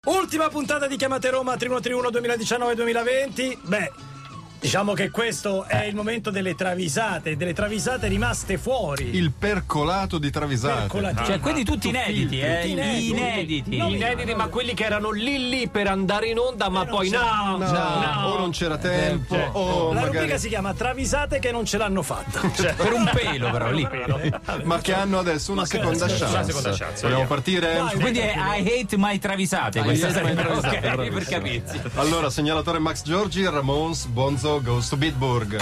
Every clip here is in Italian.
Ultima puntata di Chiamate Roma 3131 2019-2020. Beh, diciamo che questo è il momento delle travisate rimaste fuori. Il percolato di travisate. Cioè, quelli tutti inediti, inediti, ma quelli che erano lì per andare in onda, ma poi no, o non c'era tempo, o la magari... rubrica si chiama Travisate che non ce l'hanno fatta. cioè, per un pelo, però lì. ma che hanno adesso una seconda chance. Vogliamo partire? Vai, Quindi è I hate my travisate. Questa sarebbe per capirsi. Allora, segnalatore Max Giorgi, Ramones, Bonzo Goes to Bitburg.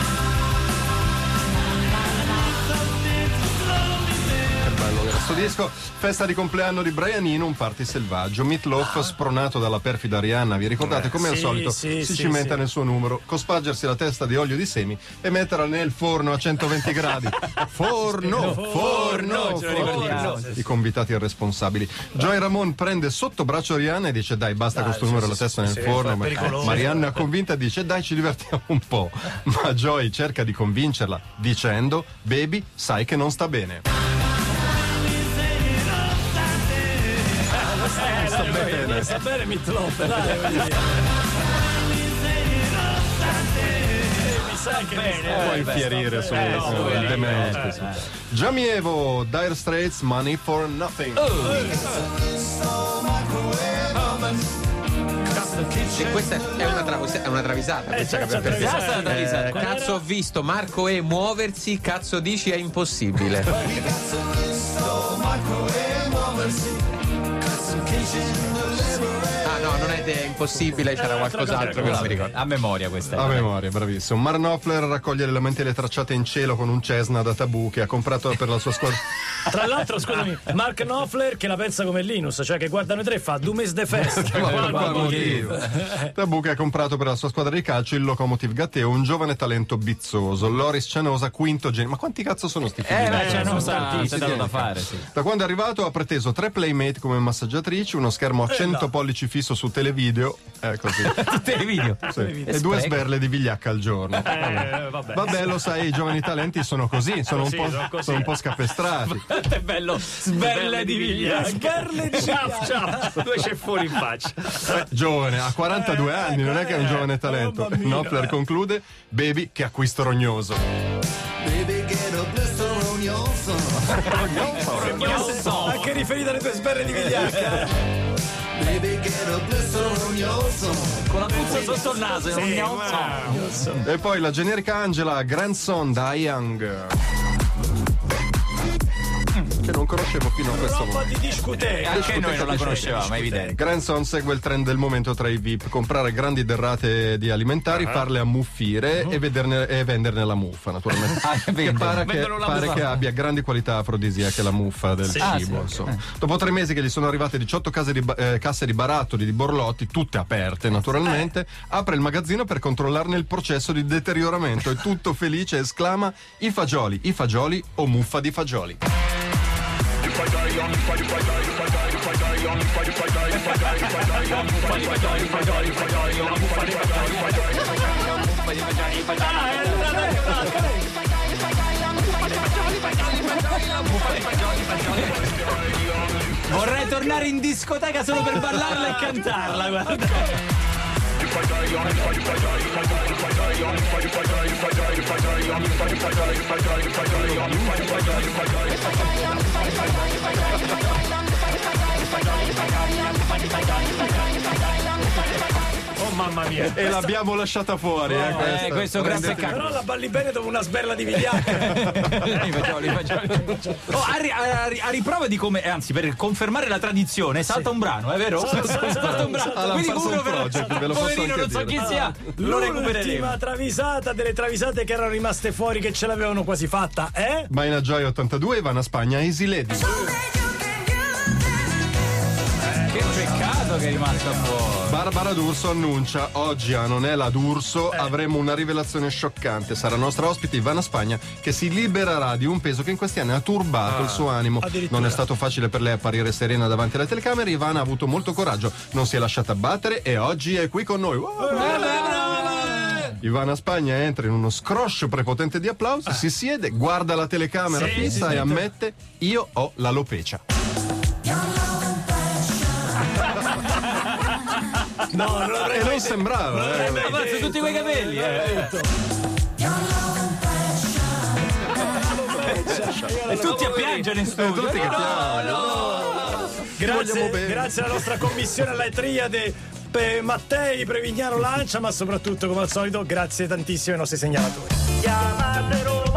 Questo disco, festa di compleanno di Brian Eno, un party selvaggio. Meatloaf, spronato dalla perfida Rihanna, vi ricordate? Come al solito si cimenta nel suo numero, cospargersi la testa di olio di semi e metterla nel forno a 120 gradi. Forno. I convitati irresponsabili. Joy Ramone prende sotto braccio Rihanna e dice: dai, basta con questo numero, la testa nel forno. Ma Rihanna convinta dice: dai, ci divertiamo un po'. Ma Joy cerca di convincerla dicendo: baby, sai che non sta bene. Sta bene Meatloaf, dai. Mi sa che può infierire sul demente. Jamievo, Dire Straits, Money for Nothing. E questa è una travisata. Questa che abbiamo pensato. Cazzo, ho visto Marco E muoversi, cazzo dici è impossibile. Ah no, non è impossibile, c'era qualcos'altro che non mi ricordo. A memoria questa. A memoria, bravissimo. Mark Knopfler raccoglie le lamentele tracciate in cielo con un Cessna da Tabù che ha comprato per la sua squadra. Tra l'altro, scusami, Mark Knopfler che la pensa come Linus, cioè che guardano i tre e fa Do Miss the Fest. Tabù che ha comprato per la sua squadra di calcio il Lokomotiv Gatteo, un giovane talento bizzoso. Loris Cianosa, quinto genio. Ma quanti cazzo sono sti figli? C'è da fare, sì. Da quando è arrivato ha preteso 3 Playmate come massaggiatrici, uno schermo a 100 pollici fisso su televideo, così. Televideo. Sì. E 2 sberle di vigliacca al giorno. Vabbè, lo sai, i giovani talenti sono così, sono un po' scapestrati. È bello, sberle di vigliacca. Sberle di vigliacca. Due ceffoni in faccia. Giovane, ha 42 anni, non è che è un giovane talento. Knopfler conclude: baby, che acquisto rognoso. Anche riferita alle tue sberle di vigliacca. Con la puzza sotto il naso, E poi la generica Angela, Grandson da Young, che non conoscevo fino a questo momento. Di discoteca. Anche noi non la conoscevamo, è evidente. Grandson segue il trend del momento tra i VIP: comprare grandi derrate di alimentari, farle ammuffire e venderne la muffa, naturalmente. Che pare che abbia grandi qualità afrodisiache la muffa del cibo. Insomma. Dopo 3 mesi che gli sono arrivate 18 casse di barattoli di borlotti, tutte aperte naturalmente, apre il magazzino per controllarne il processo di deterioramento e tutto felice esclama: i fagioli o muffa di fagioli. Vorrei tornare in discoteca solo per ballarla e cantarla, guarda. Oh mamma mia. E l'abbiamo lasciata fuori, questo grazie a Però la balli bene dopo una sberla di vigliacca. I fagioli. A riprova di come, anzi, per confermare la tradizione, salta un brano, è vero? Salta un brano. Quindi uno ve lo posso anche non so chi dire. sia. Lo recupereremo. L'ultima travisata delle travisate che erano rimaste fuori, che ce l'avevano quasi fatta, Maina Joy 82, Ivana Spagna, Easy Lady. Che peccato che è rimasta fuori. Barbara D'Urso annuncia: oggi a Non è la D'Urso avremo una rivelazione scioccante. Sarà nostra ospite Ivana Spagna, che si libererà di un peso che in questi anni ha turbato il suo animo. Non è stato facile per lei apparire serena davanti alle telecamere. Ivana ha avuto molto coraggio, non si è lasciata battere e oggi è qui con noi. Ivana Spagna entra in uno scroscio prepotente di applausi, si siede, guarda la telecamera fissa e ammette: io ho l'alopecia. No, non l'avrei non sembrava. Ammazza tutti quei capelli. E tutti a piangere in studio. Tutti che piangono. Grazie alla nostra commissione, alla triade Mattei, Prevignano, Lancia, ma soprattutto come al solito grazie tantissimo ai nostri segnalatori. Chiamate Roma.